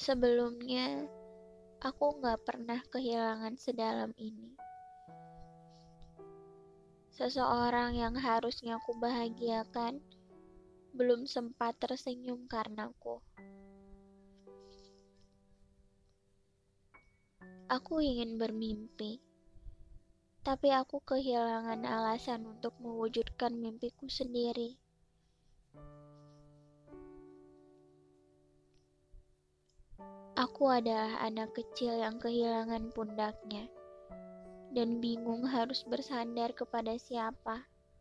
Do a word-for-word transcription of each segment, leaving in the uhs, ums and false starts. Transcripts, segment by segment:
Sebelumnya, aku gak pernah kehilangan sedalam ini. Seseorang yang harusnya aku bahagiakan, belum sempat tersenyum karenaku. Aku ingin bermimpi, tapi aku kehilangan alasan untuk mewujudkan mimpiku sendiri. Aku adalah anak kecil yang kehilangan pundaknya dan bingung harus bersandar kepada siapa.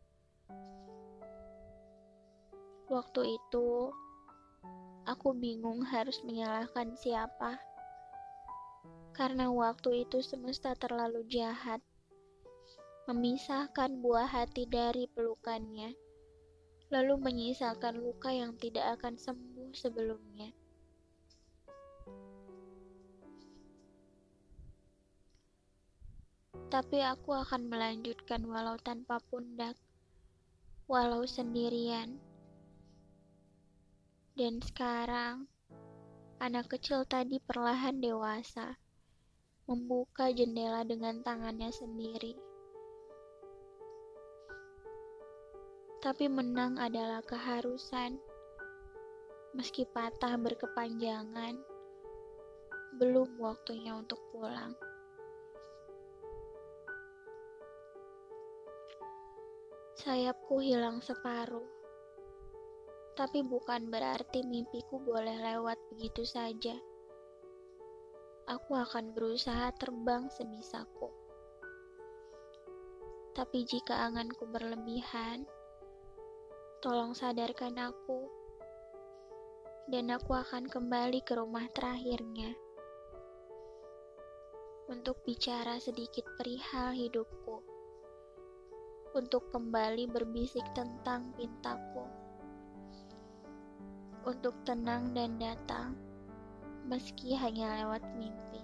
Waktu itu, aku bingung harus menyalahkan siapa. Karena waktu itu semesta terlalu jahat, memisahkan buah hati dari pelukannya, lalu menyisakan luka yang tidak akan sembuh sebelumnya. Tapi aku akan melanjutkan walau tanpa pundak, walau sendirian. Dan sekarang, anak kecil tadi perlahan dewasa, membuka jendela dengan tangannya sendiri. Tapi menang adalah keharusan, meski patah berkepanjangan, belum waktunya untuk pulang. Sayapku hilang separuh, tapi bukan berarti mimpiku boleh lewat begitu saja. Aku akan berusaha terbang sebisaku. Tapi jika anganku berlebihan, tolong sadarkan aku, dan aku akan kembali ke rumah terakhirnya untuk bicara sedikit perihal hidupku, untuk kembali berbisik tentang pintaku, untuk tenang dan datang, meski hanya lewat mimpi.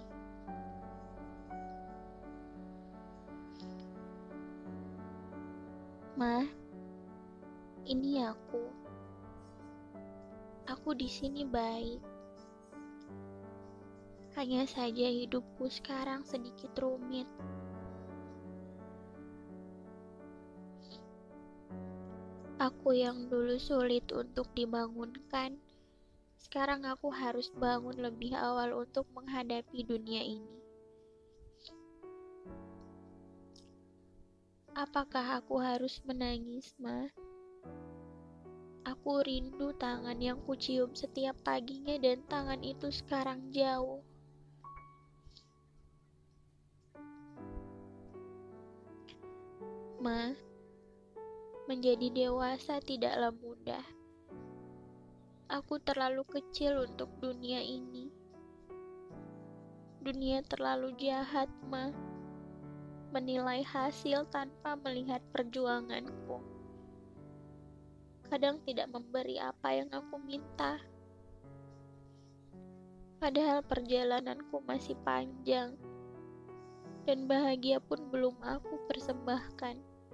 Ma, ini aku. Aku di sini baik. Hanya saja hidupku sekarang sedikit rumit. Aku yang dulu sulit untuk dibangunkan, sekarang aku harus bangun lebih awal untuk menghadapi dunia ini. Apakah aku harus menangis, Ma? Aku rindu tangan yang kucium setiap paginya dan tangan itu sekarang jauh. Ma, menjadi dewasa tidaklah mudah. Aku terlalu kecil untuk dunia ini. Dunia terlalu jahat, Ma. Menilai hasil tanpa melihat perjuanganku. Kadang tidak memberi apa yang aku minta. Padahal perjalananku masih panjang, dan bahagia pun belum aku persembahkan.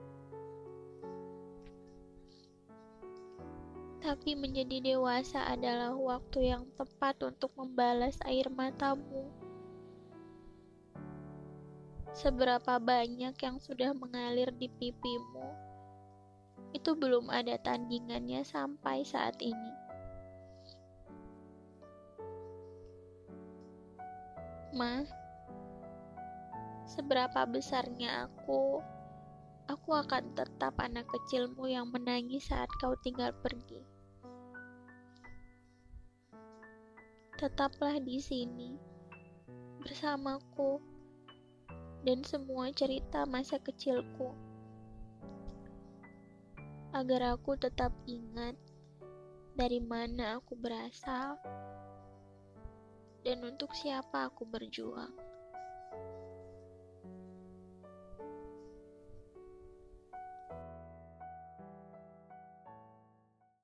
Tapi menjadi dewasa adalah waktu yang tepat untuk membalas air matamu. Seberapa banyak yang sudah mengalir di pipimu, itu belum ada tandingannya sampai saat ini. Ma, seberapa besarnya aku, aku akan tetap anak kecilmu yang menangis saat kau tinggal pergi. Tetaplah di sini, bersamaku, dan semua cerita masa kecilku. Agar aku tetap ingat dari mana aku berasal dan untuk siapa aku berjuang.